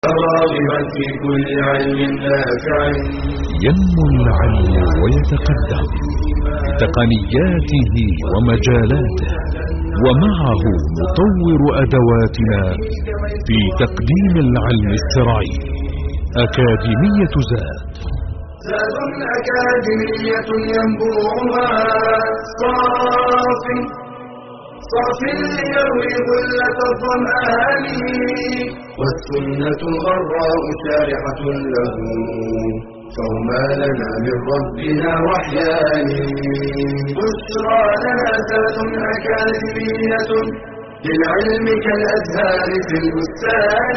راغبا في كل علم نافع ينمو العلم ويتقدم بتقنياته ومجالاته، ومعه نطور أدواتنا في تقديم العلم الشرعي. أكاديمية زاد أكاديمية ينبوعها صافي ليروي غلة الظمآن، والسنة الغراء شارحة له، فهما لنا من ربنا وحيان. بشرى لنا زاد أكاديمية للعلم كالأزهار في البستان.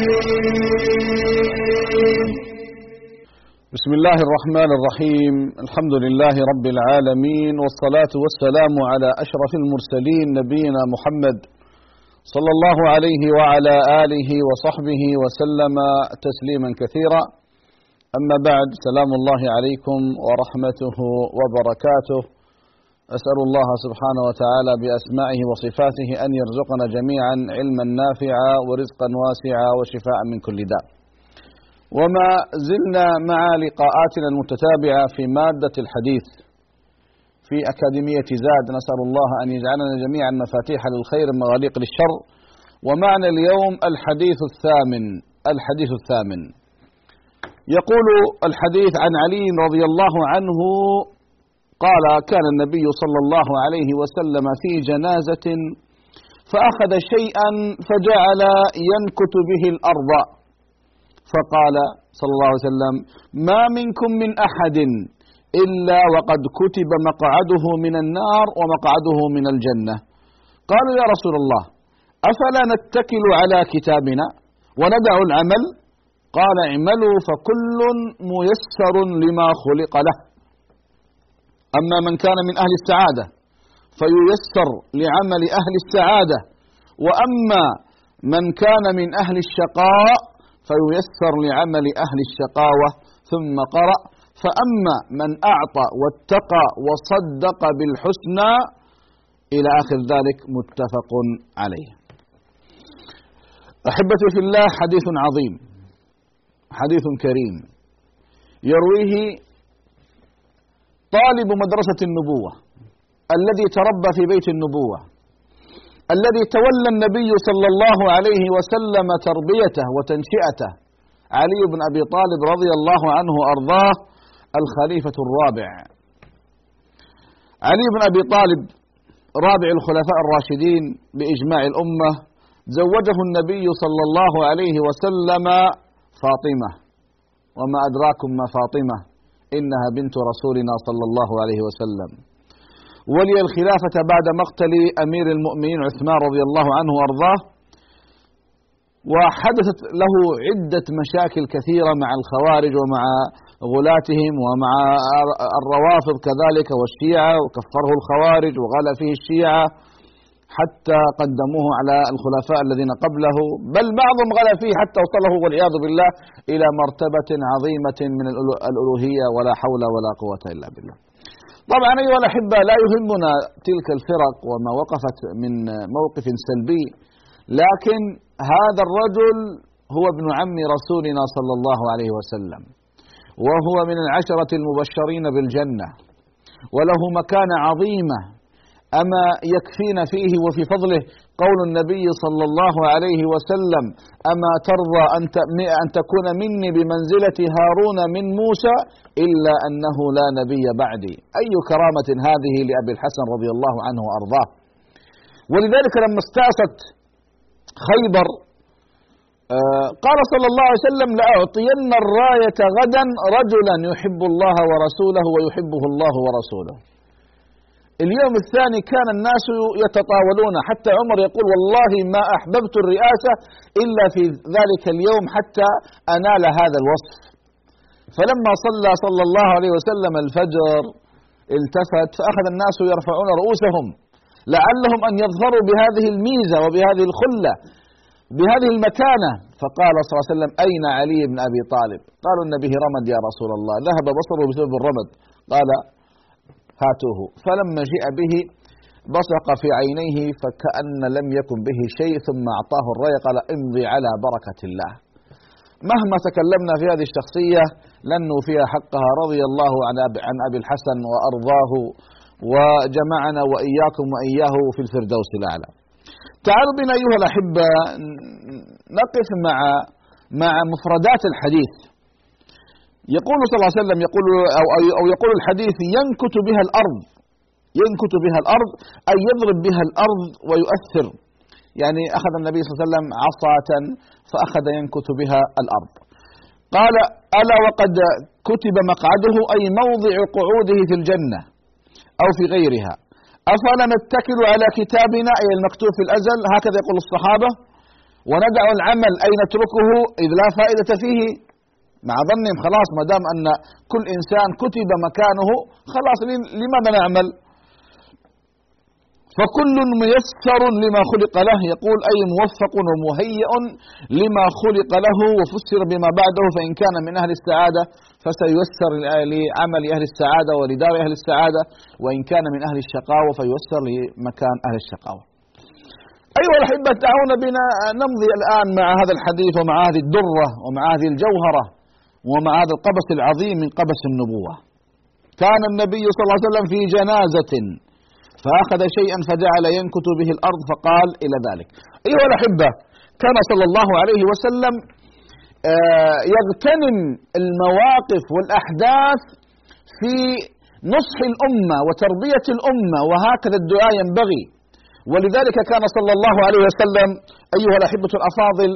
بسم الله الرحمن الرحيم. الحمد لله رب العالمين، والصلاة والسلام على أشرف المرسلين نبينا محمد صلى الله عليه وعلى آله وصحبه وسلم تسليما كثيرا. أما بعد، سلام الله عليكم ورحمته وبركاته. أسأل الله سبحانه وتعالى بأسمائه وصفاته أن يرزقنا جميعا علما نافعا ورزقا واسعا وشفاء من كل داء. وما زلنا مع لقاءاتنا المتتابعة في مادة الحديث في أكاديمية زاد. نسأل الله أن يجعلنا جميعا مفاتيح للخير مغاليق للشر. ومعنا اليوم الحديث الثامن. يقول الحديث عن علي رضي الله عنه قال: كان النبي صلى الله عليه وسلم في جنازة فأخذ شيئا فجعل ينكت به الأرض، فقال صلى الله عليه وسلم: ما منكم من أحد إلا وقد كتب مقعده من النار ومقعده من الجنة. قالوا: يا رسول الله، أفلا نتكل على كتابنا وندع العمل؟ قال: اعملوا فكل ميسر لما خلق له. أما من كان من أهل السعادة فييسر لعمل أهل السعادة، وأما من كان من أهل الشقاء فييسر لعمل أهل الشقاوة. ثم قرأ: فأما من أعطى واتقى وصدق بالحسنى إلى آخر ذلك. متفق عليه. أحبتي في الله، حديث عظيم، حديث كريم، يرويه طالب مدرسة النبوة الذي تربى في بيت النبوة، الذي تولى النبي صلى الله عليه وسلم تربيته وتنشئته، علي بن أبي طالب رضي الله عنه وأرضاه، الخليفة الرابع. علي بن أبي طالب رابع الخلفاء الراشدين بإجماع الأمة، زوجه النبي صلى الله عليه وسلم فاطمة، وما أدراكم ما فاطمة، إنها بنت رسولنا صلى الله عليه وسلم. ولي الخلافة بعد مقتل أمير المؤمنين عثمان رضي الله عنه وأرضاه، وحدثت له عدة مشاكل كثيرة مع الخوارج ومع غلاتهم ومع الروافض كذلك والشيعة، وكفره الخوارج وغلا فيه الشيعة حتى قدموه على الخلفاء الذين قبله، بل بعضهم غلا فيه حتى وصله والعياذ بالله إلى مرتبة عظيمة من الألوهية، ولا حول ولا قوة إلا بالله. طبعا أيها الأحبة، لا يهمنا تلك الفرق وما وقفت من موقف سلبي، لكن هذا الرجل هو ابن عم رسولنا صلى الله عليه وسلم، وهو من العشرة المبشرين بالجنة، وله مكانة عظيمة. أما يكفينا فيه وفي فضله قول النبي صلى الله عليه وسلم: أما ترضى أن تكون مني بمنزلة هارون من موسى إلا أنه لا نبي بعدي. أي كرامة هذه لأبي الحسن رضي الله عنه وأرضاه. ولذلك لما استأست خيبر قال صلى الله عليه وسلم: لأعطين الراية غدا رجلا يحب الله ورسوله ويحبه الله ورسوله. اليوم الثاني كان الناس يتطاولون، حتى عمر يقول: والله ما أحببت الرئاسة إلا في ذلك اليوم حتى أنال هذا الوصف. فلما صلى الله عليه وسلم الفجر التفت، فأخذ الناس يرفعون رؤوسهم لعلهم أن يظهروا بهذه الميزة وبهذه الخلة بهذه المكانة. فقال صلى الله عليه وسلم: أين علي بن أبي طالب؟ قالوا: إن به رمد يا رسول الله، ذهب بصره بسبب الرمد. قال: هاتوه. فلما جاء به بصق في عينيه فكأن لم يكن به شيء، ثم أعطاه الراية قال: امضي على بركة الله. مهما تكلمنا في هذه الشخصية لن نوفيها حقها، رضي الله عن أبي الحسن وأرضاه، وجمعنا وإياكم وإياه في الفردوس الأعلى. تعالوا بنا أيها الأحبة نقف مع مفردات الحديث. يقول صلى الله عليه وسلم، يقول الحديث: ينكت بها الأرض، ينكت بها الأرض أي يضرب بها الأرض ويؤثر. يعني أخذ النبي صلى الله عليه وسلم عصاة فأخذ ينكت بها الأرض. قال: ألا وقد كتب مقعده أي موضع قعوده في الجنة أو في غيرها، أفلا نتكل على كتابنا أي المكتوب في الأزل، هكذا يقول الصحابة، وندع العمل أي نتركه إذ لا فائدة فيه، مع ظنهم خلاص ما دام أن كل إنسان كتب مكانه خلاص لماذا نعمل؟ فكل ميسر لما خلق له، يقول أي موفق ومهيئ لما خلق له، وفسر بما بعده: فإن كان من أهل السعادة فسييسر لعمل أهل السعادة ولدار أهل السعادة، وإن كان من أهل الشقاوة فييسر لمكان أهل الشقاوة. أيها الأحبة، تعالوا بنا نمضي الآن مع هذا الحديث ومع هذه الدرة ومع هذه الجوهرة ومع هذا القبس العظيم من قبس النبوة. كان النبي صلى الله عليه وسلم في جنازة فأخذ شيئا فجعل ينكت به الأرض فقال إلى ذلك. أيها الأحبة، كان صلى الله عليه وسلم يغتنم المواقف والأحداث في نصح الأمة وتربية الأمة، وهكذا الدعاء ينبغي. ولذلك كان صلى الله عليه وسلم أيها الأحبة الأفاضل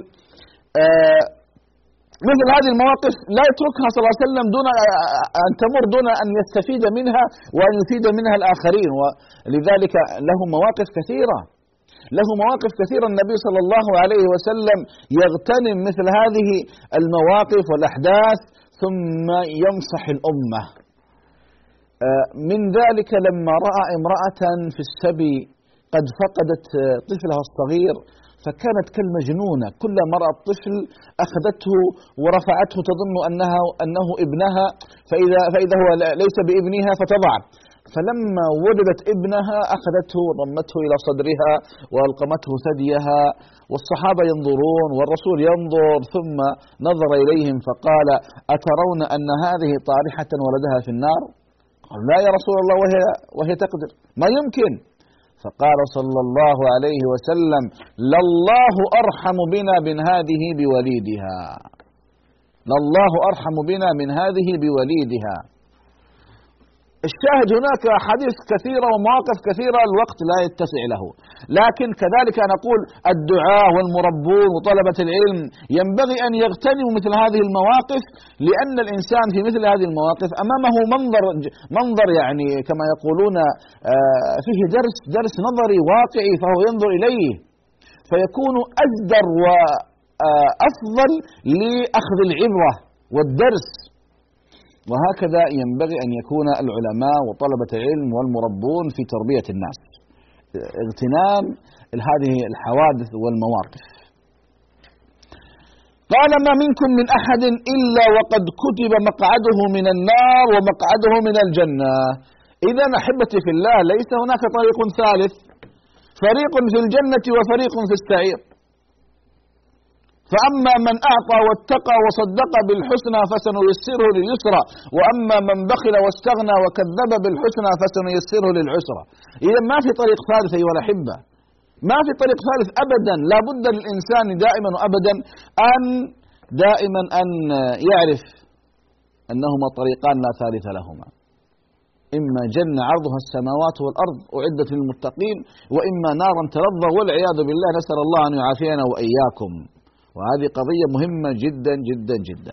مثل هذه المواقف لا يتركها صلى الله عليه وسلم دون أن تمر دون أن يستفيد منها وأن يفيد منها الآخرين. ولذلك له مواقف كثيرة، له مواقف كثيرة النبي صلى الله عليه وسلم يغتنم مثل هذه المواقف والأحداث ثم ينصح الأمة. من ذلك لما رأى امرأة في السبي قد فقدت طفلها الصغير فكانت كالمجنونة، كلما رأت طفل أخذته ورفعته تظن أنه ابنها، فإذا هو ليس بابنها فتضعف. فلما ولدت ابنها أخذته ورمته إلى صدرها وألقمته ثديها، والصحابة ينظرون والرسول ينظر، ثم نظر إليهم فقال: أترون أن هذه طارحة ولدها في النار؟ قال: لا يا رسول الله، وهي تقدر، ما يمكن. فقال صلى الله عليه وسلم: لله أرحم بنا من هذه بوليدها، لله أرحم بنا من هذه بوليدها. الشاهد هناك حديث كثيرة ومواقف كثيرة الوقت لا يتسع له، لكن كذلك نقول الدعاء والمربون وطلبة العلم ينبغي أن يغتنموا مثل هذه المواقف، لأن الإنسان في مثل هذه المواقف أمامه منظر يعني كما يقولون فيه درس نظري واقعي، فهو ينظر إليه فيكون أجدر وأفضل لأخذ العبرة والدرس. وهكذا ينبغي أن يكون العلماء وطلبة العلم والمربون في تربية الناس، اغتنام هذه الحوادث والمواقف. قال: ما منكم من أحد إلا وقد كتب مقعده من النار ومقعده من الجنة. إذا أحبتي في الله ليس هناك طريق ثالث، فريق في الجنة وفريق في السعير. فأما من أعطى واتقى وصدق بالحسنى فسنيسره لليسرى، وأما من بخل واستغنى وكذب بالحسنى فسنيسره للعسرى. إذا ما في طريق ثالث أيها الأحبة، ما في طريق ثالث أبدا. لا بد للإنسان دائما وأبدا أن يعرف أنهما طريقان لا ثالث لهما، إما جنة عرضها السماوات والأرض أعدت للمتقين، وإما نارا تلظى والعياذ بالله، نسأل الله أن يعافينا وإياكم. وهذه قضية مهمة جدا جدا جدا.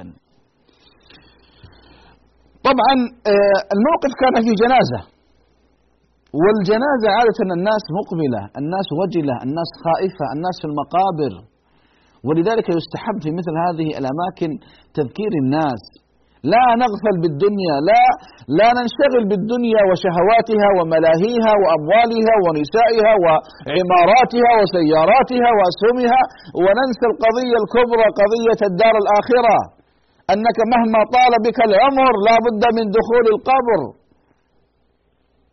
طبعا الموقف كان في جنازة، والجنازة عادة الناس مقبلة، الناس وجلة، الناس خائفة، الناس في المقابر، ولذلك يستحب في مثل هذه الأماكن تذكير الناس. لا نغفل بالدنيا، لا ننشغل بالدنيا وشهواتها وملاهيها وأموالها ونسائها وعماراتها وسياراتها وأسهمها، وننسى القضية الكبرى، قضية الدار الآخرة، أنك مهما طال بك العمر لا بد من دخول القبر.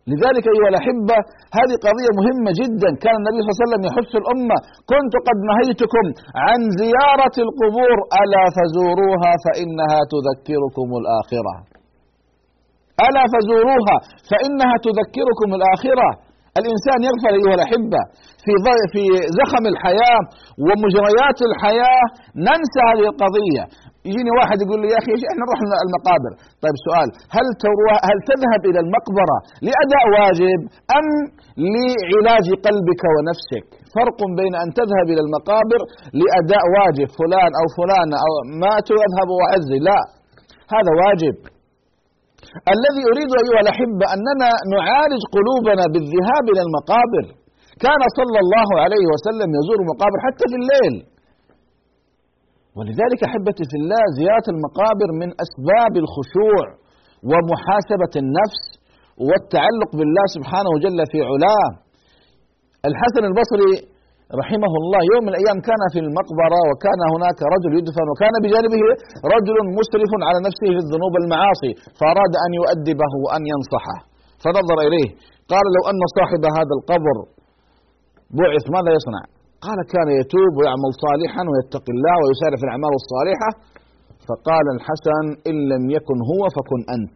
لذلك أيها الأحبة هذه قضية مهمة جدا. كان النبي صلى الله عليه وسلم يحث الأمة: كنت قد نهيتكم عن زيارة القبور ألا فزوروها فإنها تذكركم الآخرة. ألا فزوروها فإنها تذكركم الآخرة. الإنسان يغفل أيها الأحبة في زخم الحياة ومجريات الحياة، ننسى هذه القضية. يجيني واحد يقول لي: يا أخي إحنا نروح المقابر. طيب سؤال: هل تذهب إلى المقبرة لأداء واجب أم لعلاج قلبك ونفسك؟ فرق بين أن تذهب إلى المقابر لأداء واجب، فلان أو فلانة أو ماتوا أذهب وأعزي، لا، هذا واجب. الذي أريد أيها الأحبة أننا نعالج قلوبنا بالذهاب إلى المقابر. كان صلى الله عليه وسلم يزور المقابر حتى في الليل. ولذلك أحبتي في الله، زيارة المقابر من أسباب الخشوع ومحاسبة النفس والتعلق بالله سبحانه جل في علاه. الحسن البصري رحمه الله يوم من الأيام كان في المقبرة، وكان هناك رجل يدفن، وكان بجانبه رجل مسرف على نفسه في الذنوب والمعاصي، فأراد أن يؤدبه وأن ينصحه، فنظر إليه قال: لو أن صاحب هذا القبر بعث ماذا يصنع؟ قال: كان يتوب ويعمل صالحا ويتقي الله ويسارع في الأعمال الصالحة. فقال الحسن: إن لم يكن هو فكن أنت.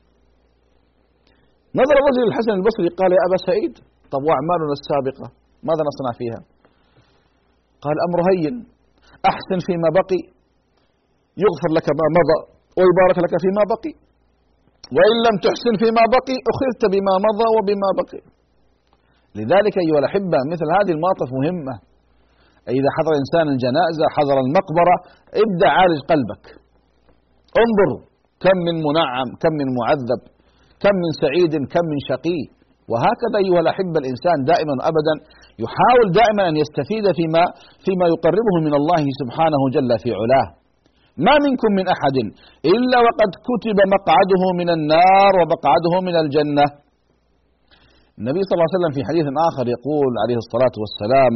نظر الرجل الحسن البصري قال: يا أبا سعيد، طب وأعمالنا السابقة ماذا نصنع فيها؟ قال: أمر هين، أحسن فيما بقي يغفر لك ما مضى ويبارك لك فيما بقي، وإن لم تحسن فيما بقي أخذت بما مضى وبما بقي. لذلك أيها الأحبة مثل هذه المواقف مهمة. إذا حضر إنسان الجنازة، حضر المقبرة، ابدأ عالج قلبك، انظر كم من منعم، كم من معذب، كم من سعيد، كم من شقي. وهكذا أيها الأحبة الإنسان دائما أبدا يحاول دائما أن يستفيد فيما يقربه من الله سبحانه جل في علاه. ما منكم من أحد إلا وقد كتب مقعده من النار ومقعده من الجنة. النبي صلى الله عليه وسلم في حديث آخر يقول عليه الصلاة والسلام: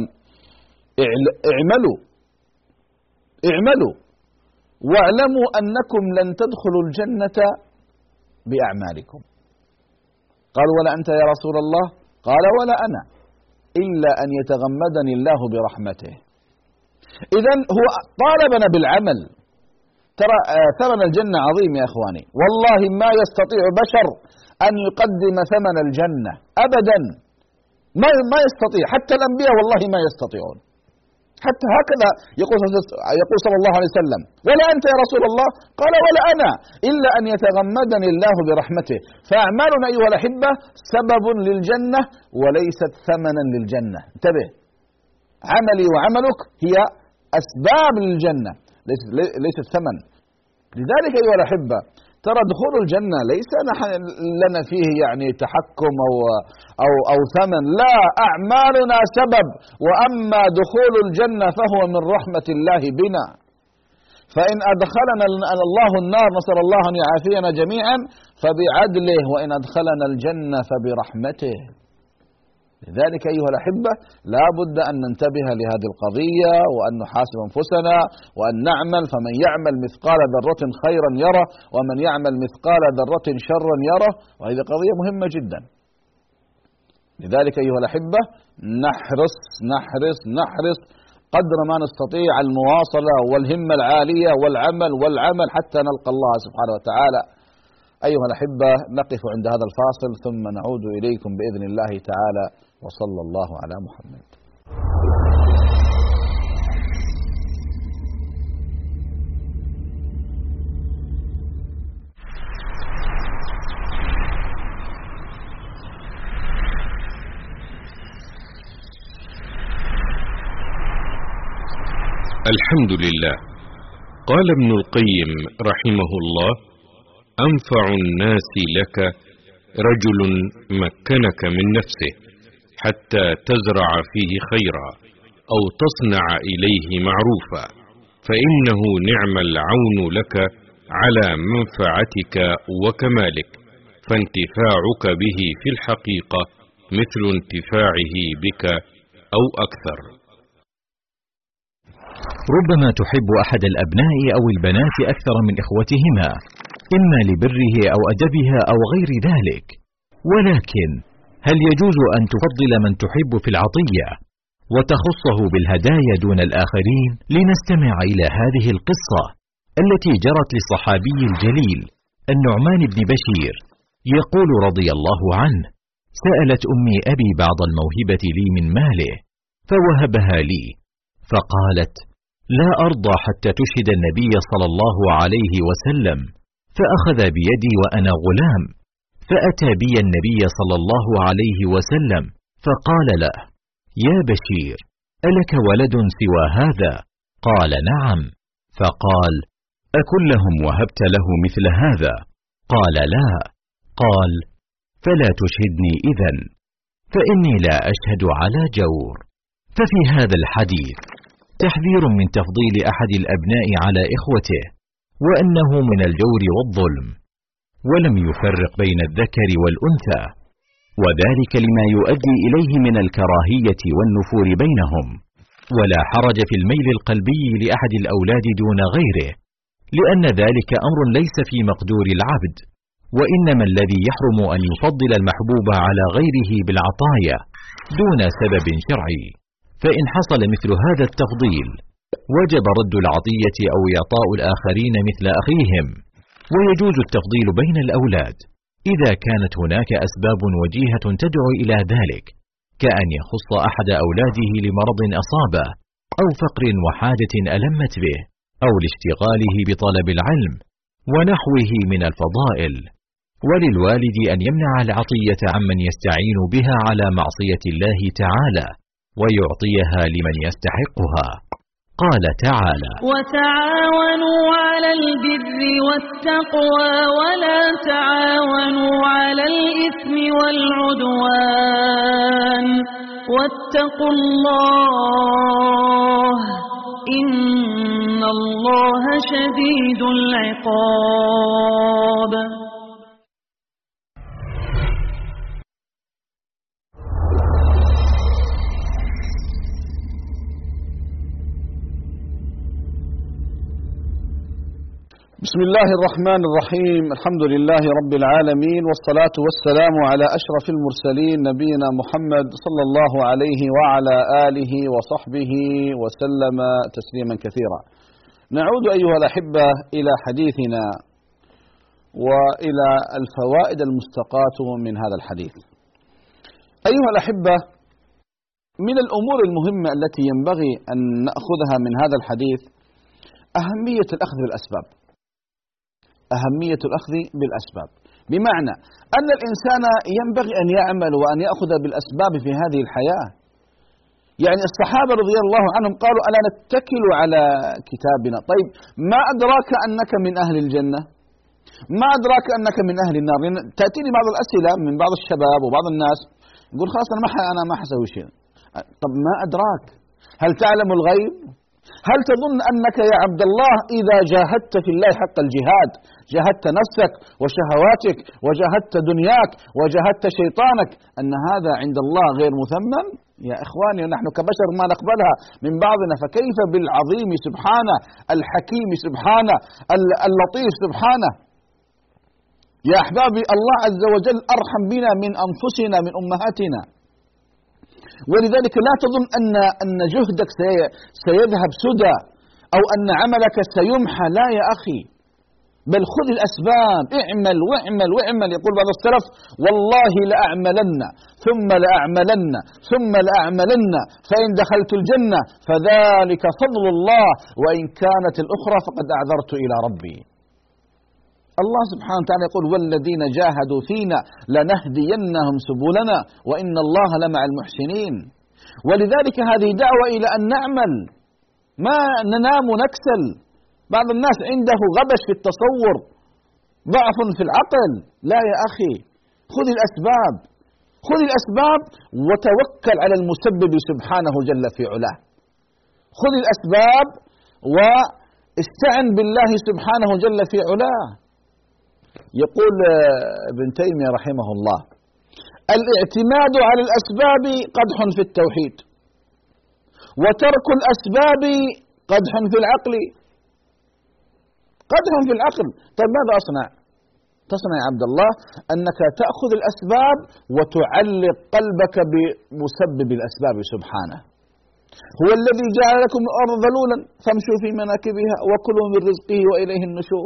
اعملوا واعلموا أنكم لن تدخلوا الجنة بأعمالكم. قالوا: ولا أنت يا رسول الله؟ قال: ولا أنا، إلا أن يتغمدني الله برحمته. إذن هو طالبنا بالعمل. ترى ثمن الجنة عظيم يا إخواني، والله ما يستطيع بشر أن يقدم ثمن الجنة أبدا، ما يستطيع، حتى الأنبياء والله ما يستطيعون. حتى هكذا يقول صلى الله عليه وسلم: ولا أنت يا رسول الله؟ قال: ولا أنا، إلا أن يتغمدني الله برحمته. فأعمالنا أيها الأحبة سبب للجنة وليست ثمنا للجنة. انتبه، عملي وعملك هي أسباب للجنة ليست ثمن. لذلك أيها الأحبة ترى دخول الجنة ليس لنا فيه يعني تحكم أو ثمن، لا، أعمالنا سبب، وأما دخول الجنة فهو من رحمة الله بنا. فإن أدخلنا الله النار، نسأل الله أن يعافينا جميعا، فبعدله، وإن أدخلنا الجنة فبرحمته. لذلك أيها الأحبة لا بد أن ننتبه لهذه القضية، وأن نحاسب أنفسنا، وأن نعمل. فمن يعمل مثقال ذرة خيرا يره، ومن يعمل مثقال ذرة شرا يره. وهذه قضية مهمة جدا. لذلك أيها الأحبة نحرص قدر ما نستطيع المواصلة والهمة العالية والعمل حتى نلقى الله سبحانه وتعالى. أيها الأحبة نقف عند هذا الفاصل ثم نعود إليكم بإذن الله تعالى، وصلى الله على محمد. الحمد لله. قال ابن القيم رحمه الله: أنفع الناس لك رجل مكنك من نفسه حتى تزرع فيه خيرا أو تصنع إليه معروفا، فإنه نعم العون لك على منفعتك وكمالك، فانتفاعك به في الحقيقة مثل انتفاعه بك أو أكثر. ربما تحب أحد الأبناء أو البنات أكثر من إخوتهما، إما لبره أو أدبها أو غير ذلك، ولكن هل يجوز أن تفضل من تحب في العطية وتخصه بالهدايا دون الآخرين؟ لنستمع إلى هذه القصة التي جرت للصحابي الجليل النعمان بن بشير، يقول رضي الله عنه: سألت أمي أبي بعض الموهبة لي من ماله فوهبها لي، فقالت: لا أرضى حتى تشهد النبي صلى الله عليه وسلم، فأخذ بيدي وأنا غلام، فأتى بي النبي صلى الله عليه وسلم فقال له: يا بشير، ألك ولد سوى هذا؟ قال: نعم. فقال: أكلهم وهبت له مثل هذا؟ قال: لا. قال: فلا تشهدني إذن، فإني لا أشهد على جور. ففي هذا الحديث تحذير من تفضيل أحد الأبناء على إخوته، وأنه من الجور والظلم، ولم يفرق بين الذكر والأنثى، وذلك لما يؤدي إليه من الكراهية والنفور بينهم. ولا حرج في الميل القلبي لأحد الأولاد دون غيره، لأن ذلك أمر ليس في مقدور العبد، وإنما الذي يحرم أن يفضل المحبوب على غيره بالعطايا دون سبب شرعي. فإن حصل مثل هذا التفضيل وجب رد العطية أو إعطاء الآخرين مثل أخيهم. ويجوز التفضيل بين الأولاد إذا كانت هناك أسباب وجيهة تدعو إلى ذلك، كأن يخص أحد أولاده لمرض أصابه، أو فقر وحاجة ألمت به، أو لاشتغاله بطلب العلم ونحوه من الفضائل. وللوالد أن يمنع العطية عمن يستعين بها على معصية الله تعالى، ويعطيها لمن يستحقها. قال تعالى: وتعاونوا على البر والتقوى ولا تعاونوا على الإثم والعدوان واتقوا الله إن الله شديد العقاب. بسم الله الرحمن الرحيم. الحمد لله رب العالمين، والصلاة والسلام على أشرف المرسلين نبينا محمد صلى الله عليه وعلى آله وصحبه وسلم تسليما كثيرا. نعود أيها الأحبة إلى حديثنا وإلى الفوائد المستقاة من هذا الحديث. أيها الأحبة، من الأمور المهمة التي ينبغي أن نأخذها من هذا الحديث أهمية الأخذ بالأسباب. أهمية الأخذ بالأسباب، بمعنى أن الإنسان ينبغي أن يعمل وأن يأخذ بالأسباب في هذه الحياة. يعني الصحابة رضي الله عنهم قالوا: ألا نتكل على كتابنا؟ طيب، ما أدراك أنك من أهل الجنة؟ ما أدراك أنك من أهل النار؟ تأتيني بعض الأسئلة من بعض الشباب وبعض الناس يقول: خلاص أنا ما حسوي شيء. طب ما أدراك؟ هل تعلم الغيب؟ هل تظن أنك يا عبد الله إذا جاهدت في الله حق الجهاد، جاهدت نفسك وشهواتك وجاهدت دنياك وجاهدت شيطانك، أن هذا عند الله غير مثمن؟ يا إخواني، نحن كبشر ما نقبلها من بعضنا، فكيف بالعظيم سبحانه، الحكيم سبحانه، اللطيف سبحانه. يا أحبابي، الله عز وجل أرحم بنا من أنفسنا من أمهاتنا، ولذلك لا تظن أن جهدك سيذهب سدى أو أن عملك سيمحى. لا يا أخي، بل خذ الأسباب، اعمل واعمل واعمل. يقول بعض السلف: والله لأعملن ثم لأعملن ثم لأعملن فإن دخلت الجنة فذلك فضل الله وإن كانت الأخرى فقد أعذرت إلى ربي. الله سبحانه وتعالى يقول: والذين جاهدوا فينا لنهدينهم سبلنا وإن الله لمع المحسنين. ولذلك هذه دعوة إلى أن نعمل، ما ننام ونكسل. بعض الناس عنده غبش في التصور، ضعف في العقل. لا يا أخي، خذ الأسباب، خذ الأسباب وتوكل على المسبب سبحانه جل في علاه. خذ الأسباب واستعن بالله سبحانه جل في علاه. يقول ابن تيمية رحمه الله: الاعتماد على الأسباب قدح في التوحيد، وترك الأسباب قدح في العقل. قدح في العقل. طيب ماذا أصنع؟ تصنع يا عبد الله أنك تأخذ الأسباب وتعلق قلبك بمسبب الأسباب سبحانه. هو الذي جعل لكم الأرض ذلولا فامشوا في مناكبها وكلوا من رزقه وإليه النشور.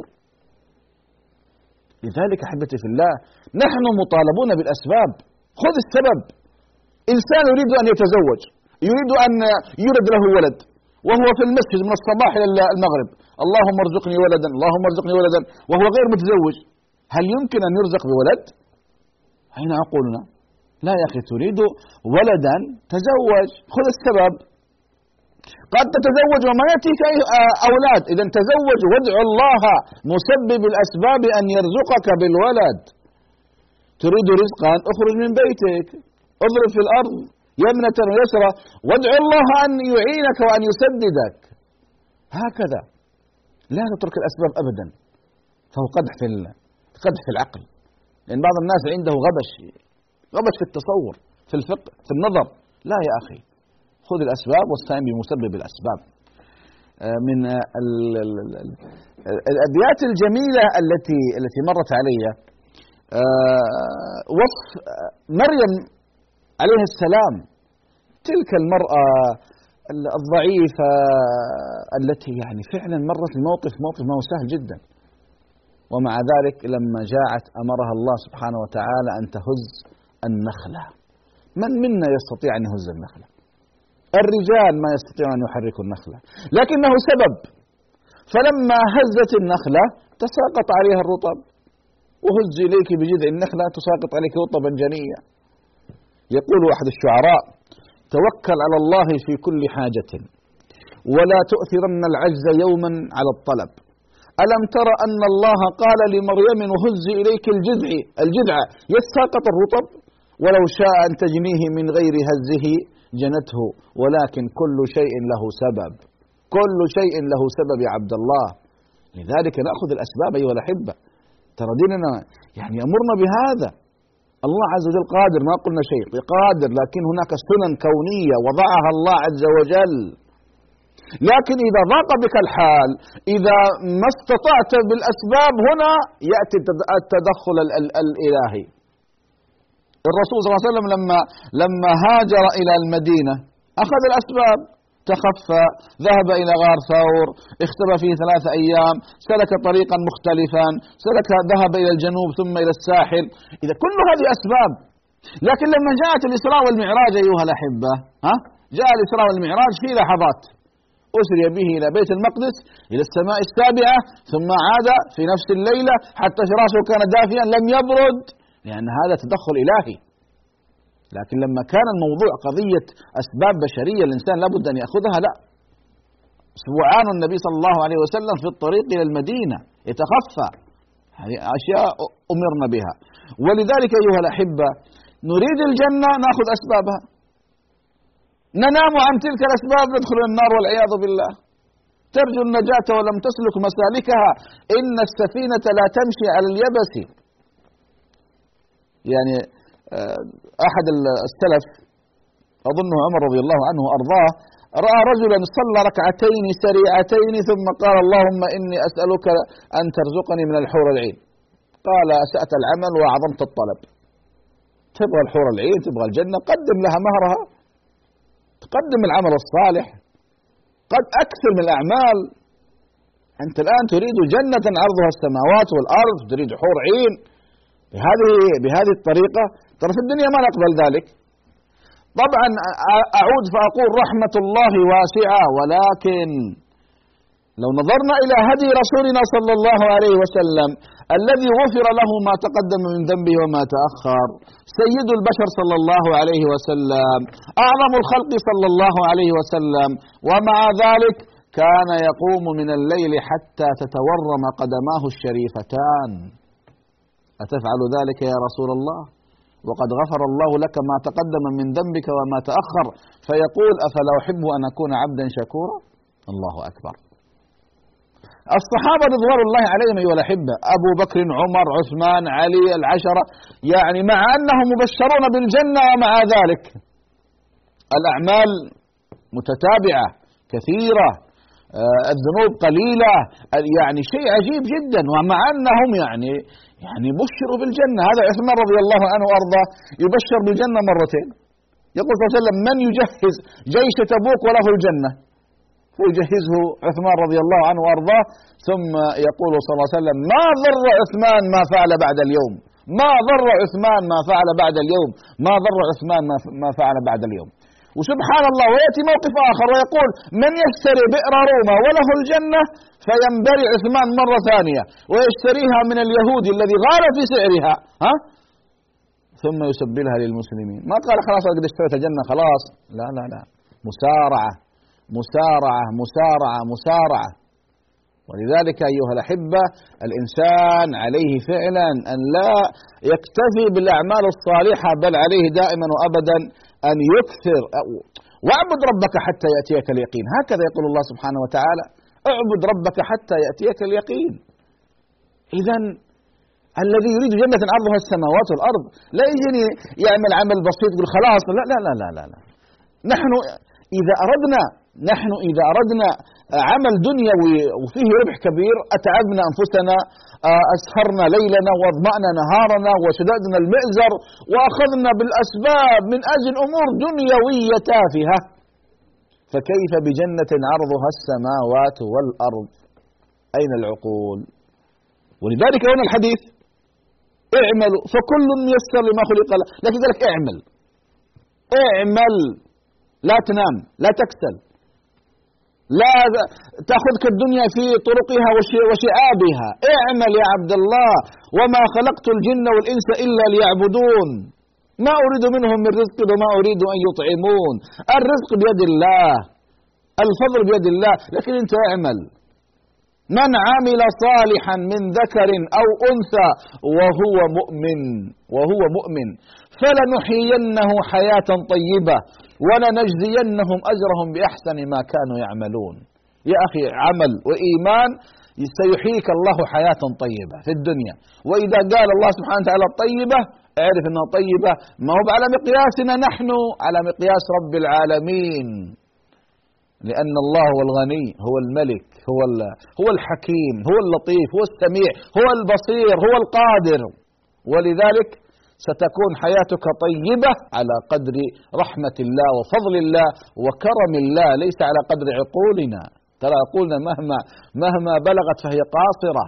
لذلك أحبتي في الله نحن مطالبون بالأسباب. خذ السبب. إنسان يريد أن يتزوج، يريد أن يولد له ولد، وهو في المسجد من الصباح إلى المغرب اللهم ارزقني ولدا اللهم ارزقني ولدا، وهو غير متزوج، هل يمكن أن يرزق بولد؟ أين عقولنا؟ لا يا أخي، تريد ولدا تزوج، خذ السبب. قد تتزوج وما يأتيك أولاد، إذا تزوج وادعو الله مسبب الأسباب أن يرزقك بالولد. تريد رزقا اخرج من بيتك، اضرب في الأرض يمنة ويسرى وادعو الله أن يعينك وأن يسددك. هكذا لا تترك الأسباب أبدا، فهو قدح في العقل. لأن بعض الناس عنده غبش في التصور، في الفقه، في النظر. لا يا أخي، خذ الأسباب واستعن بمسبب الأسباب. من الأبيات الجميلة التي مرت علي وصف مريم عليه السلام، تلك المرأة الضعيفة التي يعني فعلا مرت الموقف موقف ما هو سهل جدا، ومع ذلك لما جاءت أمرها الله سبحانه وتعالى أن تهز النخلة. من منا يستطيع أن يهز النخلة؟ الرجال ما يستطيعون أن يحركوا النخلة، لكنه سبب. فلما هزت النخلة تساقط عليها الرطب، وهز إليك بجذع النخلة تساقط عليك رطبا جنيا. يقول أحد الشعراء: توكل على الله في كل حاجة ولا تؤثرن العجز يوما على الطلب. ألم تر أن الله قال لمريم وهز إليك الجذع يتساقط الرطب، ولو شاء أن تجنيه من غير هزه جنته، ولكن كل شيء له سبب. كل شيء له سبب يا عبد الله. لذلك نأخذ الأسباب أيها الأحبة. ترى ديننا يعني يأمرنا بهذا. الله عز وجل قادر، ما قلنا شيء، قادر، لكن هناك سنن كونية وضعها الله عز وجل. لكن إذا ضاق بك الحال، إذا ما استطعت بالأسباب، هنا يأتي التدخل الإلهي. الرسول صلى الله عليه وسلم لما هاجر إلى المدينة أخذ الأسباب، تخفى، ذهب إلى غار ثور، اختبى فيه 3 أيام، سلك طريقا مختلفا، ذهب إلى الجنوب ثم إلى الساحل. إذا كل هذه أسباب. لكن لما جاءت الإسراء والمعراج أيها الأحبة، جاء الإسراء والمعراج في لحظات، أسري به إلى بيت المقدس، إلى السماء السابعة، ثم عاد في نفس الليلة حتى فراشه كان دافئا لم يبرد، لأن هذا تدخل إلهي. لكن لما كان الموضوع قضية أسباب بشرية الإنسان لابد أن يأخذها، لا. أسبوعان النبي صلى الله عليه وسلم في الطريق إلى المدينة يتخفى، هذه أشياء أمرنا بها. ولذلك أيها الأحبة نريد الجنة نأخذ أسبابها، ننام عن تلك الأسباب ندخل النار والعياذ بالله. ترجو النجاة ولم تسلك مسالكها، إن السفينة لا تمشي على اليبس. يعني أحد السلف أظنه عمر رضي الله عنه وأرضاه رأى رجلا صلى ركعتين سريعتين ثم قال اللهم إني أسألك أن ترزقني من الحور العين. قال أسأت العمل وأعظمت الطلب. تبغى الحور العين، تبغى الجنة، قدم لها مهرها، تقدم العمل الصالح، قد أكثر من الأعمال. أنت الآن تريد جنة عرضها السماوات والأرض، تريد حور عين بهذه الطريقة. ترى في الدنيا ما نقبل ذلك. طبعا أعود فأقول رحمة الله واسعة، ولكن لو نظرنا إلى هدي رسولنا صلى الله عليه وسلم الذي غفر له ما تقدم من ذنبه وما تأخر، سيد البشر صلى الله عليه وسلم، أعظم الخلق صلى الله عليه وسلم، ومع ذلك كان يقوم من الليل حتى تتورم قدماه الشريفتان. أتفعل ذلك يا رسول الله وقد غفر الله لك ما تقدم من ذنبك وما تأخر؟ فيقول أفلا أحب أن أكون عبدا شكورا؟ الله أكبر. الصحابة رضوان الله عليهم أيها الأحبة، أبو بكر، عمر، عثمان، علي، العشرة، يعني مع أنهم مبشرون بالجنة ومع ذلك الأعمال متتابعة كثيرة، الذنوب قليلة، يعني شيء عجيب جدا، ومع أنهم يعني يعني بشروا بالجنة. هذا عثمان رضي الله عنه وأرضاه يبشر بالجنة مرتين. يقول صلى الله عليه وسلم: من يجهز جيش تبوك وله الجنة؟ فيجهزه عثمان رضي الله عنه وأرضاه. ثم يقول صلى الله عليه وسلم: ما ضر عثمان ما فعل بعد اليوم، ما ضر عثمان ما فعل بعد اليوم، ما ضر عثمان ما فعل بعد اليوم. وسبحان الله، ويأتي موقف آخر ويقول: من يشتري بئر روما وله الجنة، فينبري عثمان مرة ثانية ويشتريها من اليهودي الذي غال في سعرها، ثم يسبلها للمسلمين. ما قال خلاص قد اشتريت الجنة خلاص، لا لا لا، مسارعة مسارعة مسارعة مسارعة. ولذلك أيها الأحبة، الإنسان عليه فعلا أن لا يكتفي بالأعمال الصالحة، بل عليه دائما وأبدا أن يكثر. واعبد ربك حتى يأتيك اليقين، هكذا يقول الله سبحانه وتعالى: اعبد ربك حتى يأتيك اليقين. إذن الذي يريد جنة عرضها السماوات والأرض لا يجيني يعمل عمل بسيط يقول خلاص، لا لا لا لا لا, لا. نحن إذا أردنا عمل دنيوي وفيه ربح كبير، أتعبنا أنفسنا، أسهرنا ليلنا واضمأنا نهارنا وشددنا المئزر وأخذنا بالأسباب من أجل أمور دنيوية تافهة، فكيف بجنة عرضها السماوات والأرض؟ أين العقول؟ ولذلك هنا الحديث: اعملوا فكل ميسر لما خلق له. لكن ذلك اعمل لا تنام، لا تكسل، لا تأخذك الدنيا في طرقها وشعابها. اعمل يا عبد الله: وما خلقت الجن والإنس إلا ليعبدون ما أريد منهم من رزق وما أريد أن يطعمون. الرزق بيد الله، الفضل بيد الله، لكن أنت اعمل. من عمل صالحا من ذكر أو أنثى وهو مؤمن فلنحيينه حياة طيبة ولنجزينهم أجرهم بأحسن ما كانوا يعملون. يا أخي، عمل وإيمان سيحييك الله حياة طيبة في الدنيا. وإذا قال الله سبحانه وتعالى طيبة، اعرف أنها طيبة ما هو على مقياسنا نحن، على مقياس رب العالمين، لأن الله هو الغني، هو الملك، هو الحكيم، هو اللطيف، هو السميع، هو البصير، هو القادر. ولذلك ستكون حياتك طيبة على قدر رحمة الله وفضل الله وكرم الله، ليس على قدر عقولنا. ترى عقولنا مهما بلغت فهي قاصرة.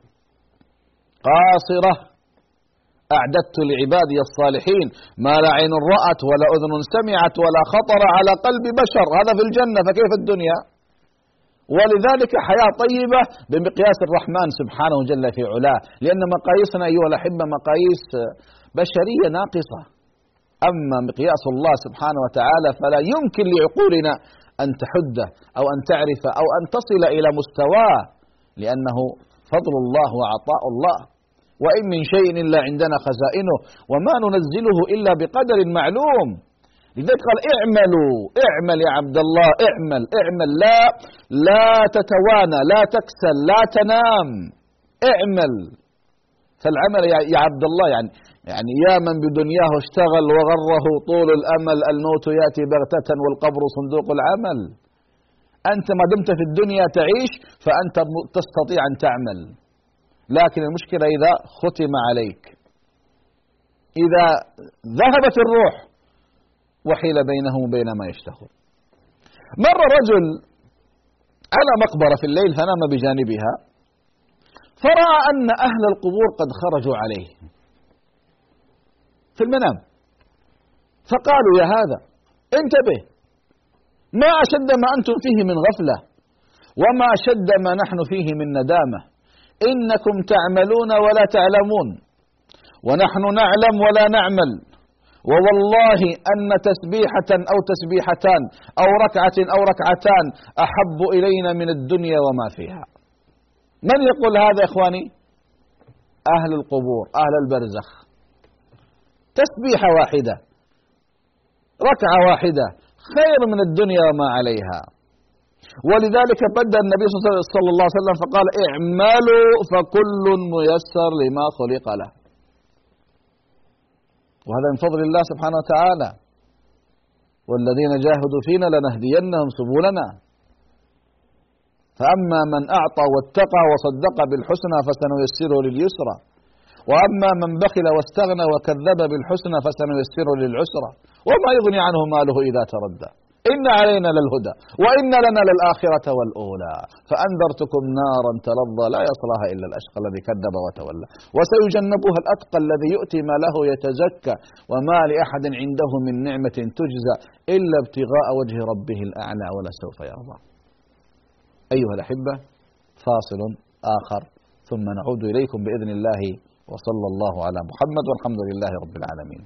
أعددت لعبادي الصالحين ما لا عين رأت ولا أذن سمعت ولا خطر على قلب بشر. هذا في الجنة، فكيف الدنيا؟ ولذلك حياة طيبة بمقياس الرحمن سبحانه جل في علاه، لأن مقاييسنا أيها الأحبة مقاييس بشرية ناقصة. أما مقياس الله سبحانه وتعالى فلا يمكن لعقولنا أن تحده أو أن تعرفه أو أن تصل إلى مستواه، لأنه فضل الله وعطاء الله. وإن من شيء إلا عندنا خزائنه وما ننزله إلا بقدر معلوم. لذلك قال: اعمل يا عبد الله، اعمل لا تتوانى، لا تكسل، لا تنام، اعمل. فالعمل يا عبد الله يعني يا من بدنياه اشتغل وغره طول الأمل، الموت يأتي بغتة والقبر صندوق العمل. أنت ما دمت في الدنيا تعيش فأنت تستطيع أن تعمل، لكن المشكلة إذا ختم عليك، إذا ذهبت الروح وحيل بينهم وبين ما يشتهون. مر رجل على مقبرة في الليل فنام بجانبها، فرأى أن أهل القبور قد خرجوا عليه في المنام، فقالوا: يا هذا انتبه، ما أشد ما أنتم فيه من غفلة وما أشد ما نحن فيه من ندامة. إنكم تعملون ولا تعلمون ونحن نعلم ولا نعمل، ووالله أن تسبيحة أو تسبيحتان أو ركعة أو ركعتان أحب إلينا من الدنيا وما فيها. من يقول هذا يا إخواني؟ أهل القبور، أهل البرزخ. تسبيحة واحدة، ركعة واحدة خير من الدنيا وما عليها. ولذلك بدأ النبي صلى الله عليه وسلم فقال: اعملوا فكل ميسر لما خلق له. وهذا من فضل الله سبحانه وتعالى: والذين جاهدوا فينا لنهدينهم سبلنا. فأما من أعطى واتقى وصدق بالحسنى فسنيسره لليسرى. وأما من بخل واستغنى وكذب بالحسنى فسنيسره للعسرى وما يغني عنه ماله إذا تردى إن علينا للهدى وإن لنا للآخرة والأولى فأنذرتكم نارا تلظى لا يصلاها إلا الأشقى الذي كذب وتولى وسيجنبها الأتقى الذي يؤتي ماله يتزكى وما لأحد عنده من نعمة تجزى إلا ابتغاء وجه ربه الأعلى ولسوف يرضى. أيها الأحبة، فاصل آخر ثم نعود إليكم بإذن الله، وصلى الله على محمد والحمد لله رب العالمين.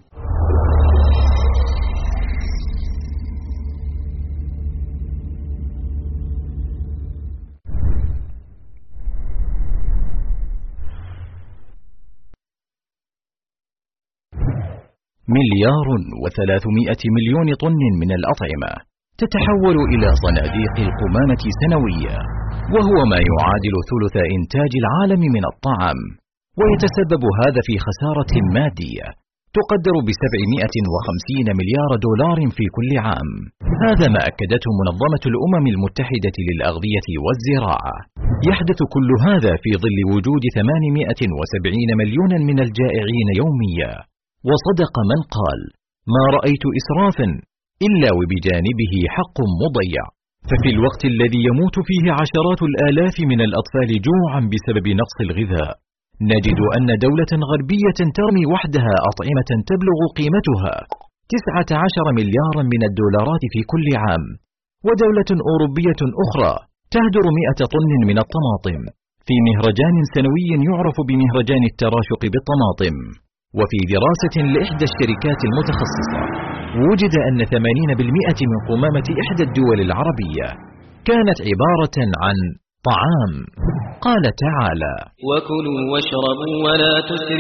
مليار و300 مليون طن من الأطعمة تتحول إلى صناديق القمامة سنويا، وهو ما يعادل ثلث إنتاج العالم من الطعام، ويتسبب هذا في خسارة مادية تقدر ب750 مليار دولار في كل عام. هذا ما أكدته منظمة الأمم المتحدة للأغذية والزراعة. يحدث كل هذا في ظل وجود 870 مليونا من الجائعين يوميا. وصدق من قال: ما رأيت إسرافا إلا وبجانبه حق مضيع. ففي الوقت الذي يموت فيه عشرات الآلاف من الأطفال جوعا بسبب نقص الغذاء، نجد أن دولة غربية ترمي وحدها أطعمة تبلغ قيمتها 19 مليارا من الدولارات في كل عام، ودولة أوروبية أخرى تهدر 100 طن من الطماطم في مهرجان سنوي يعرف بمهرجان التراشق بالطماطم. وفي دراسة لإحدى الشركات المتخصصة وجد أن 80% من قمامة إحدى الدول العربية كانت عبارة عن طعام. قال تعالى: وكلوا واشربوا ولا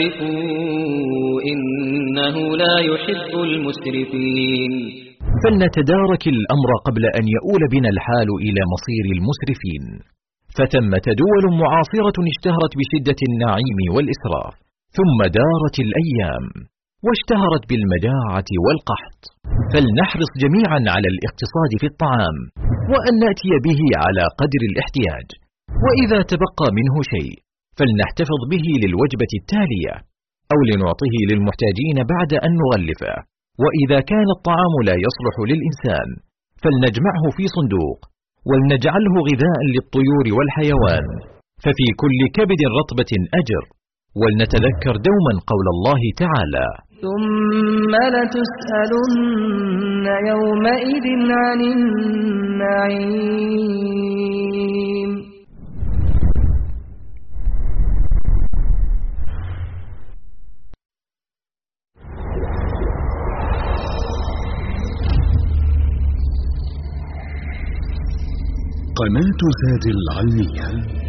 تسرفوا إنه لا يحب المسرفين. فلنتدارك الأمر قبل أن يؤول بنا الحال إلى مصير المسرفين. فثمة دول معاصرة اشتهرت بشدة النعيم والإسراف، ثم دارت الأيام واشتهرت بالمجاعة والقحط. فلنحرص جميعا على الاقتصاد في الطعام، وأن نأتي به على قدر الاحتياج، وإذا تبقى منه شيء فلنحتفظ به للوجبة التالية أو لنعطيه للمحتاجين بعد أن نغلفه. وإذا كان الطعام لا يصلح للإنسان فلنجمعه في صندوق ولنجعله غذاء للطيور والحيوان، ففي كل كبد رطبة أجر. ولنتذكر دوما قول الله تعالى: ثم لتسألن يومئذ عن النعيم. قناة زاد العلمية.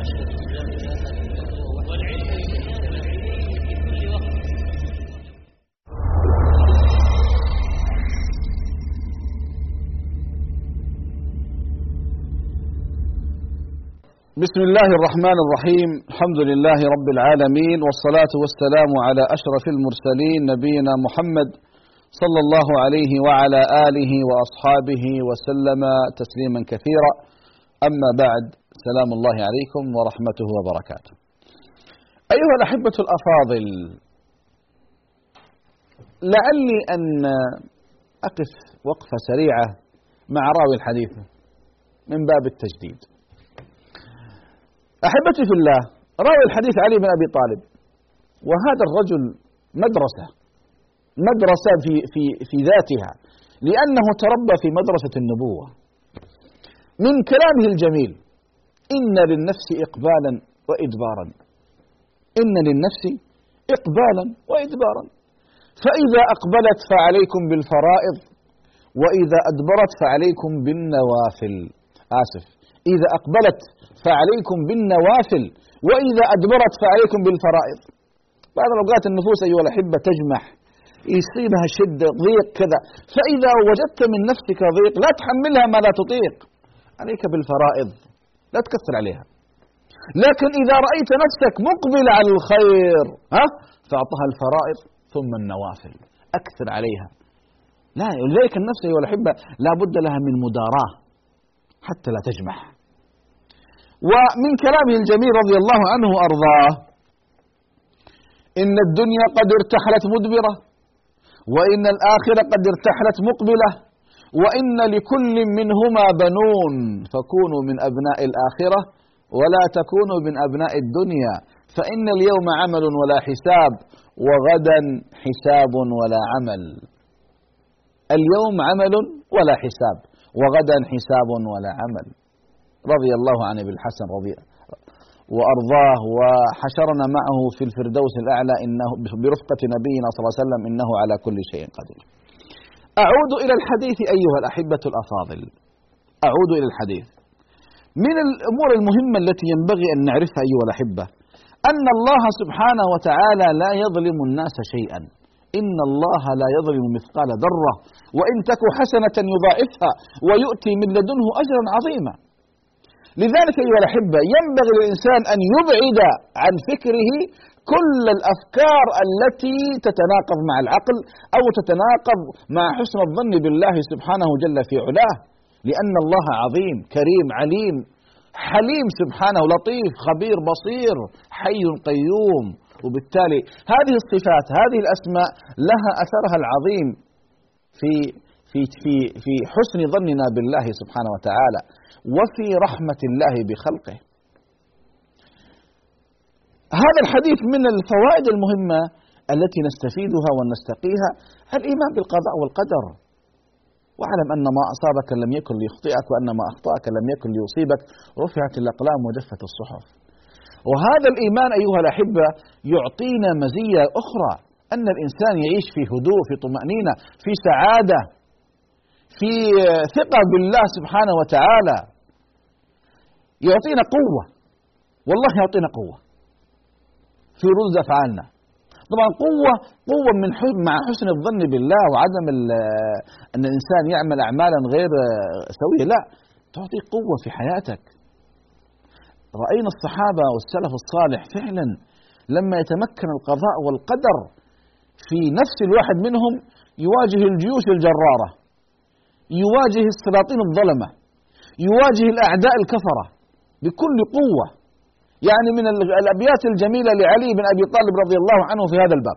بسم الله الرحمن الرحيم. الحمد لله رب العالمين، والصلاة والسلام على أشرف المرسلين نبينا محمد صلى الله عليه وعلى آله وأصحابه وسلم تسليما كثيرا. أما بعد، سلام الله عليكم ورحمته وبركاته. أيها الأحبة الأفاضل، لعلي أن أقف وقفة سريعة مع راوي الحديث من باب التجديد. أحبتي في الله، راوي الحديث علي بن أبي طالب، وهذا الرجل مدرسة في ذاتها، لأنه تربى في مدرسة النبوة. من كلامه الجميل: إن للنفس إقبالا وإدبارا، إن للنفس إقبالا وإدبارا، فإذا أقبلت فعليكم بالفرائض، وإذا أدبرت فعليكم بالنوافل. إذا أقبلت فعليكم بالنوافل، وإذا أدبرت فعليكم بالفرائض. بعض الأوقات النفوس أيها الأحبة تجمح، يصيبها شدة ضيق كذا، فإذا وجدت من نفسك ضيق لا تحملها ما لا تطيق، عليك بالفرائض، لا تكثر عليها. لكن إذا رأيت نفسك مقبل على الخير فأعطها الفرائض ثم النوافل، أكثر عليها. لا، لذلك النفس أيها الأحبة لا بد لها من مداراة حتى لا تجمح. ومن كلامه الجميل رضي الله عنه وأرضاه: إن الدنيا قد ارتحلت مدبرة، وإن الآخرة قد ارتحلت مقبلة، وإن لكل منهما بنون، فكونوا من أبناء الآخرة ولا تكونوا من أبناء الدنيا، فإن اليوم عمل ولا حساب، وغدا حساب ولا عمل. اليوم عمل ولا حساب، وغدا حساب ولا عمل. رضي الله عن ابن الحسن وأرضاه، وحشرنا معه في الفردوس الأعلى إنه برفقة نبينا صلى الله عليه وسلم، إنه على كل شيء قدير. أعود إلى الحديث أيها الأحبة الأفاضل، أعود إلى الحديث. من الأمور المهمة التي ينبغي أن نعرفها أيها الأحبة أن الله سبحانه وتعالى لا يظلم الناس شيئا، إن الله لا يظلم مثقال ذرة، وإن تك حسنة يضاعفها ويؤتي من لدنه أجرا عظيما. لذلك أيها الأحبة ينبغي للإنسان أن يبعد عن فكره كل الأفكار التي تتناقض مع العقل أو تتناقض مع حسن الظن بالله سبحانه جل في علاه، لأن الله عظيم كريم عليم حليم سبحانه، لطيف خبير بصير حي قيوم. وبالتالي هذه الصفات هذه الأسماء لها أثرها العظيم في في في في حسن ظننا بالله سبحانه وتعالى وفي رحمة الله بخلقه. هذا الحديث من الفوائد المهمة التي نستفيدها ونستقيها الإيمان بالقضاء والقدر، واعلم أن ما أصابك لم يكن ليخطئك، وأن ما أخطأك لم يكن ليصيبك، رفعت الأقلام وجفت الصحف. وهذا الإيمان أيها الأحبة يعطينا مزية أخرى، أن الإنسان يعيش في هدوء، في طمأنينة، في سعادة، في ثقة بالله سبحانه وتعالى. يعطينا قوة، والله يعطينا قوة في ردود أفعالنا. طبعا قوة مع حسن الظن بالله وعدم أن الإنسان يعمل أعمالا غير سوية، لا، تعطي قوة في حياتك. رأينا الصحابة والسلف الصالح فعلا لما يتمكن القضاء والقدر في نفس الواحد منهم يواجه الجيوش الجرارة، يواجه السلاطين الظلمة، يواجه الأعداء الكفرة بكل قوة. يعني من الأبيات الجميلة لعلي بن أبي طالب رضي الله عنه في هذا الباب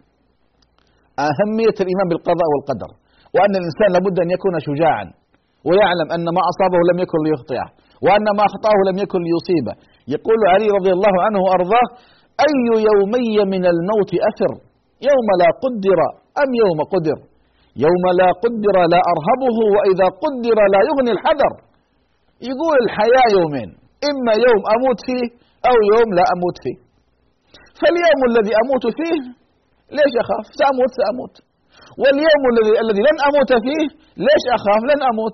أهمية الإيمان بالقضاء والقدر، وأن الإنسان لابد أن يكون شجاعا ويعلم أن ما أصابه لم يكن ليخطئه، وأن ما أخطأه لم يكن ليصيبه. يقول علي رضي الله عنه وأرضاه: أي يومي من الموت أفر، يوم لا قدر أم يوم قدر، يوم لا قدر لا أرهبه، وإذا قدر لا يغني الحذر. يقول الحياة يومين، إما يوم أموت فيه أو يوم لا أموت فيه. فاليوم الذي أموت فيه ليش أخاف؟ سأموت. واليوم الذي لن أموت فيه ليش أخاف؟ لن أموت.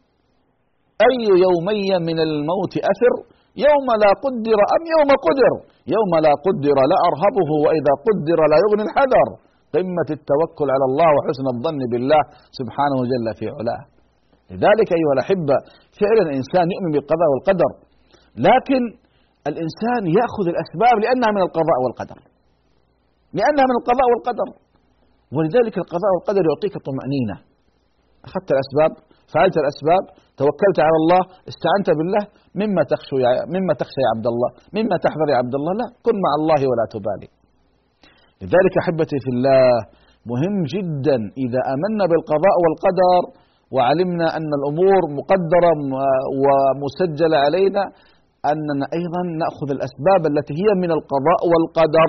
أي يومي من الموت أفر، يوم لا قدر أم يوم قدر، يوم لا قدر لا أرهبه، وإذا قدر لا يغني الحذر. قمة التوكل على الله وحسن الظن بالله سبحانه جل في علاه. لذلك أيها الأحبة فعلا الإنسان يؤمن بالقضاء والقدر، لكن الإنسان يأخذ الأسباب لأنها من القضاء والقدر، لأنها من القضاء والقدر. ولذلك القضاء والقدر يعطيك طمأنينة. أخذت الأسباب، فعلت الأسباب، توكلت على الله، استعنت بالله. مما تخشى يا عبد الله، مما تحذر يا عبد الله، لا، كن مع الله ولا تبالي. لذلك أحبتي في الله مهم جدا إذا آمنا بالقضاء والقدر وعلمنا أن الأمور مقدرة ومسجلة علينا، أننا أيضا نأخذ الأسباب التي هي من القضاء والقدر.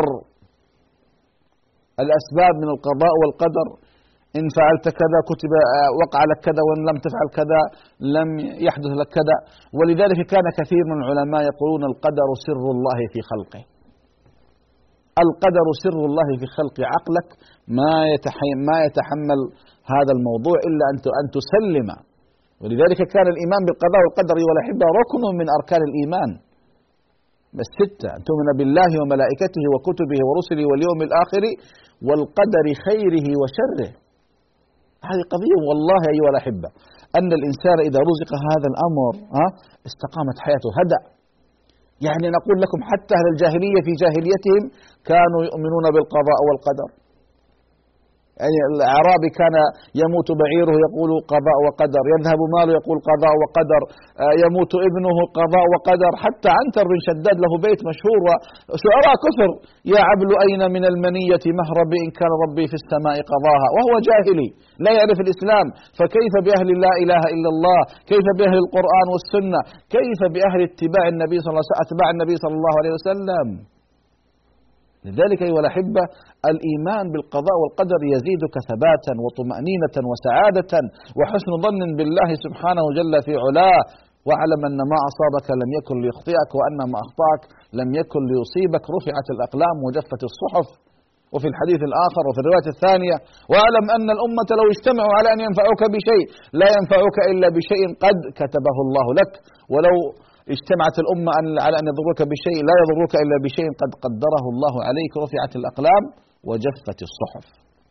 الأسباب من القضاء والقدر، إن فعلت كذا كتب وقع لك كذا، وإن لم تفعل كذا لم يحدث لك كذا. ولذلك كان كثير من العلماء يقولون القدر سر الله في خلقه. القدر سر الله في خلق عقلك ما يتحمل هذا الموضوع إلا أن تسلم. ولذلك كان الإيمان بالقضاء والقدر والأحبة ركن من أركان الإيمان الستة: أن تؤمن بالله وملائكته وكتبه ورسله واليوم الآخر والقدر خيره وشره. هذه قضية والله أيها الأحبة، أن الإنسان إذا رزق هذا الأمر استقامت حياته، هدأ. يعني نقول لكم حتى أهل الجاهلية في جاهليتهم كانوا يؤمنون بالقضاء والقدر، يعني الأعرابي كان يموت بعيره يقول قضاء وقدر، يذهب ماله يقول قضاء وقدر، يموت ابنه قضاء وقدر. حتى عنتر بن شداد له بيت مشهور وشعراء كثر: يا عبل أين من المنية مهربي إن كان ربي في السماء قضاها. وهو جاهلي لا يعرف الإسلام، فكيف بأهل لا إله إلا الله؟ كيف بأهل القرآن والسنة؟ كيف بأهل اتباع النبي صلى الله عليه وسلم؟ لذلك أيها الأحبة، الإيمان بالقضاء والقدر يزيدك ثباتا وطمأنينة وسعادة وحسن ظن بالله سبحانه جل في علاه. واعلم أن ما أصابك لم يكن ليخطئك، وأن ما أخطأك لم يكن ليصيبك. رفعت الأقلام وجفت الصحف. وفي الحديث الآخر وفي الرواية الثانية: واعلم أن الأمة لو اجتمعوا على أن ينفعوك بشيء لا ينفعوك إلا بشيء قد كتبه الله لك، ولو اجتمعت الأمة على أن يضروك بشيء لا يضروك إلا بشيء قد قدره الله عليك. رفعت الأقلام وجفت الصحف.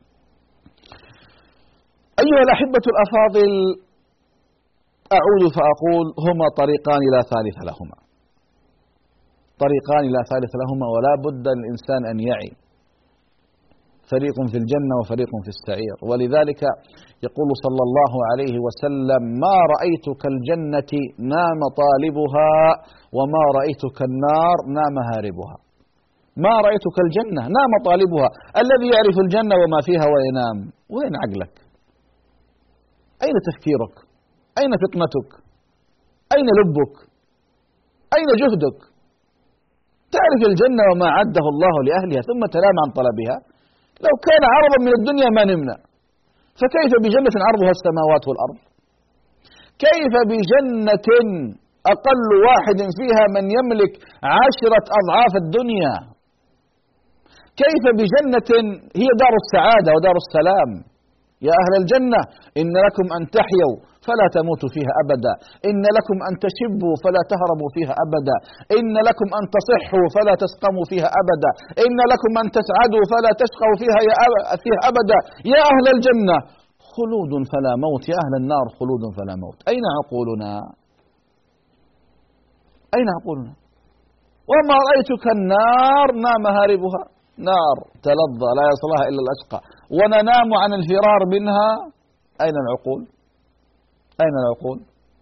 أيها الأحبة الأفاضل، أعود فأقول: هما طريقان لا ثالث لهما، طريقان لا ثالث لهما، ولا بد للإنسان أن يعي. فريق في الجنة وفريق في السعير. ولذلك يقول صلى الله عليه وسلم: ما رأيت كالجنة نام طالبها، وما رأيت كالنار نام هاربها. ما رأيت كالجنة نام طالبها، الذي يعرف الجنة وما فيها وينام. وين عقلك؟ أين تفكيرك؟ أين فطنتك؟ أين لبك؟ أين جهدك؟ تعرف الجنة وما عده الله لأهلها ثم تنام عن طلبها. لو كان عرضا من الدنيا ما نمنا، فكيف بجنة عرضها السماوات والأرض؟ كيف بجنة أقل واحد فيها من يملك 10 أضعاف الدنيا؟ كيف بجنة هي دار السعادة ودار السلام؟ يا أهل الجنة، إن لكم أن تحيوا فلا تموتوا فيها أبدا، إن لكم أن تشبوا فلا تهربوا فيها أبدا، إن لكم أن تصحوا فلا تسقموا فيها أبدا، إن لكم أن تسعدوا فلا تشقوا فيها أبدا. يا أهل الجنة خلود فلا موت، يا أهل النار خلود فلا موت. أين عقولنا؟ أين عقولنا؟ وما رأيتك النار نام هاربها، نار تلظى لا يصلها إلا الأشقى، وننام عن الفرار منها. أين العقول؟ أين العقول؟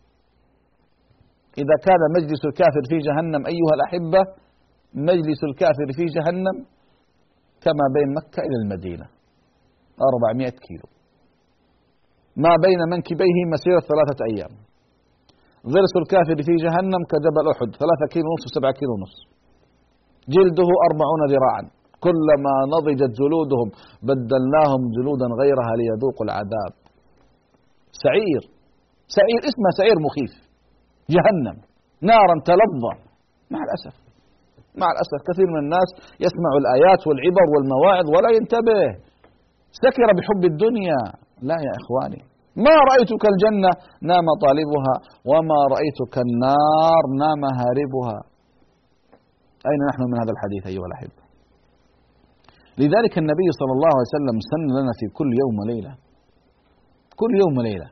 إذا كان مجلس الكافر في جهنم أيها الأحبة، مجلس الكافر في جهنم كما بين مكة إلى المدينة 400 كيلو، ما بين منكبيه مسيرة 3 أيام. ضرس الكافر في جهنم كجبل أحد 3 كيلو ونص و7 كيلو ونص. جلده 40 ذراعا، كلما نضجت جلودهم بدلناهم جلودا غيرها ليذوقوا العذاب. سعير، سعير اسمها سعير مخيف. جهنم نارا تلظى. مع الأسف كثير من الناس يسمع الآيات والعبر والمواعظ ولا ينتبه، سكر بحب الدنيا. لا يا إخواني، ما رأيتك الجنة نام طالبها، وما رأيتك النار نام هاربها. أين نحن من هذا الحديث أيها الأحبة؟ لذلك النبي صلى الله عليه وسلم سن لنا في كل يوم وليلة، كل يوم وليلة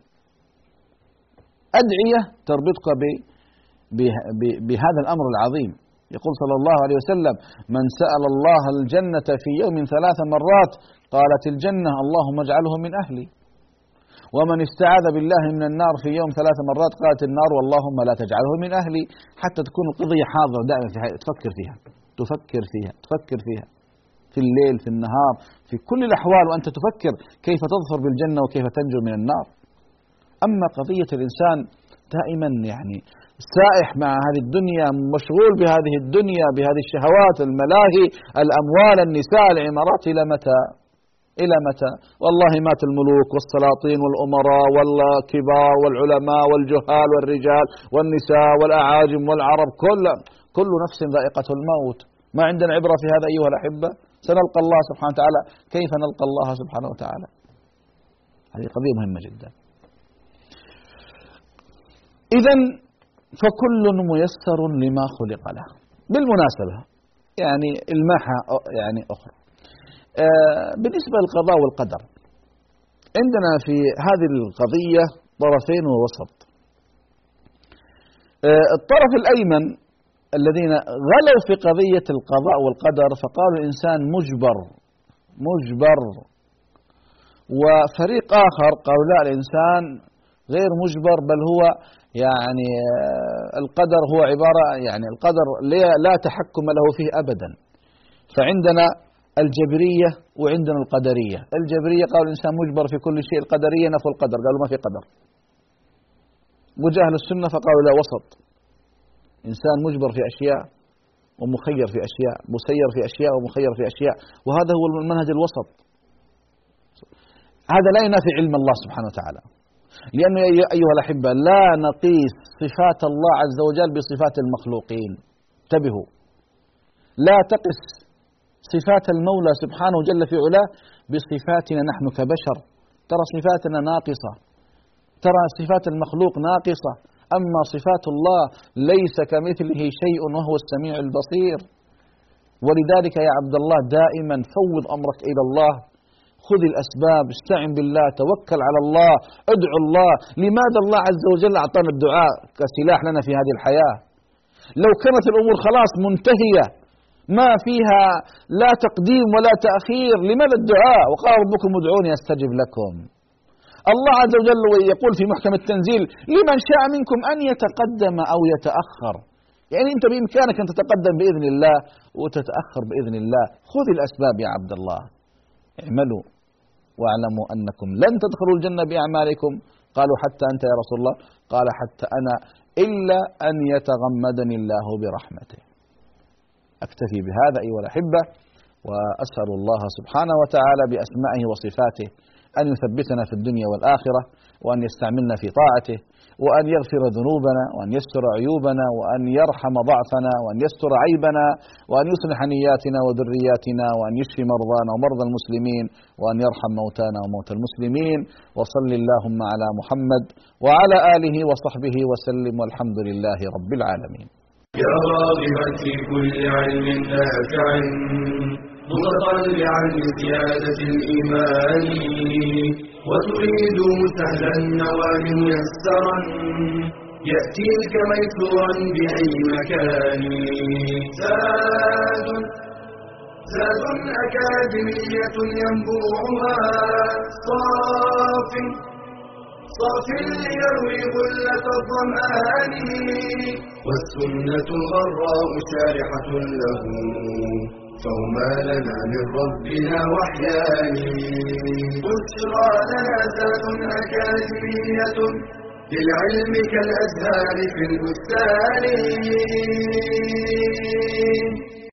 أدعية تربطك بهذا الأمر العظيم. يقول صلى الله عليه وسلم: من سأل الله الجنة في يوم 3 مرات قالت الجنة اللهم اجعله من أهلي. ومن استعاذ بالله من النار في يوم 3 مرات قالت النار اللهم لا تجعله من أهلي. حتى تكون القضية حاضرة دائما في تفكر فيها في الليل في النهار في كل الأحوال، وأنت تفكر كيف تظفر بالجنة وكيف تنجو من النار. أما قضية الإنسان دائما يعني سائح مع هذه الدنيا، مشغول بهذه الدنيا، بهذه الشهوات، الملاهي، الأموال، النساء، العمارات، إلى متى؟ والله مات الملوك والسلاطين والأمراء والكبار والعلماء والجهال والرجال والنساء والأعاجم والعرب، كل نفس ذائقة الموت. ما عندنا عبرة في هذا أيها الأحبة؟ سنلقى الله سبحانه وتعالى. كيف نلقى الله سبحانه وتعالى؟ هذه قضية مهمة جدا. إذن فكل ميسر لما خلق له. بالمناسبة يعني الماحة يعني أخرى، بالنسبة للقضاء والقدر عندنا في هذه القضية طرفين ووسط. الطرف الأيمن الذين غلوا في قضية القضاء والقدر فقالوا الإنسان مجبر وفريق آخر قالوا لا، الإنسان غير مجبر، بل هو يعني القدر هو عبارة، يعني القدر لا تحكم له فيه أبدا. فعندنا الجبرية وعندنا القدرية. الجبرية قالوا الإنسان مجبر في كل شيء، القدرية نفوا القدر، قالوا ما في قدر. وجاء أهل السنة فقالوا لا، وسط، إنسان مجبر في أشياء ومخير في أشياء، مسير في أشياء ومخير في أشياء، وهذا هو المنهج الوسط. هذا لا ينافي علم الله سبحانه وتعالى، لأنه أيها الأحبة لا نقيس صفات الله عز وجل بصفات المخلوقين. انتبهوا، لا تقس صفات المولى سبحانه جل في علاه بصفاتنا نحن كبشر، ترى صفاتنا ناقصة، ترى صفات المخلوق ناقصة، أما صفات الله ليس كمثله شيء وهو السميع البصير. ولذلك يا عبد الله دائما فوض أمرك إلى الله، خذ الأسباب، استعن بالله، توكل على الله، ادعو الله. لماذا الله عز وجل أعطانا الدعاء كسلاح لنا في هذه الحياة؟ لو كانت الأمور خلاص منتهية ما فيها لا تقديم ولا تأخير، لماذا الدعاء؟ وقال ربكم ادعوني أستجب لكم. الله عز وجل يقول في محكم التنزيل لمن شاء منكم أن يتقدم أو يتأخر، يعني أنت بإمكانك أن تتقدم بإذن الله وتتأخر بإذن الله. خذ الأسباب يا عبد الله، اعملوا واعلموا أنكم لن تدخلوا الجنة بأعمالكم. قالوا حتى أنت يا رسول الله؟ قال حتى أنا إلا أن يتغمدني الله برحمته. أكتفي بهذا أيها الأحبة، وأسأل الله سبحانه وتعالى بأسمائه وصفاته أن يثبتنا في الدنيا والآخرة، وأن يستعملنا في طاعته، وأن يغفر ذنوبنا، وأن يستر عيوبنا، وأن يرحم ضعفنا، وأن يستر عيبنا، وأن يصلح نياتنا وذرياتنا، وأن يشفي مرضانا ومرضى المسلمين، وأن يرحم موتانا وموتى المسلمين. وصل اللهم على محمد وعلى آله وصحبه وسلم، والحمد لله رب العالمين. يا راغبا في كل علم نافع متطلعا لزيادة الإيمان، وتريد سهلا النوال ميسرا يأتيك ميسورا بأي مكان. زاد أكاديمية ينبوعها صاف ليروي غلة الظمآن، والسنة الغراء شارحة له، فهما لنا من ربنا وحيان. بشرى لنا زاد أكاديمية للعلم كالأزهار في البستان.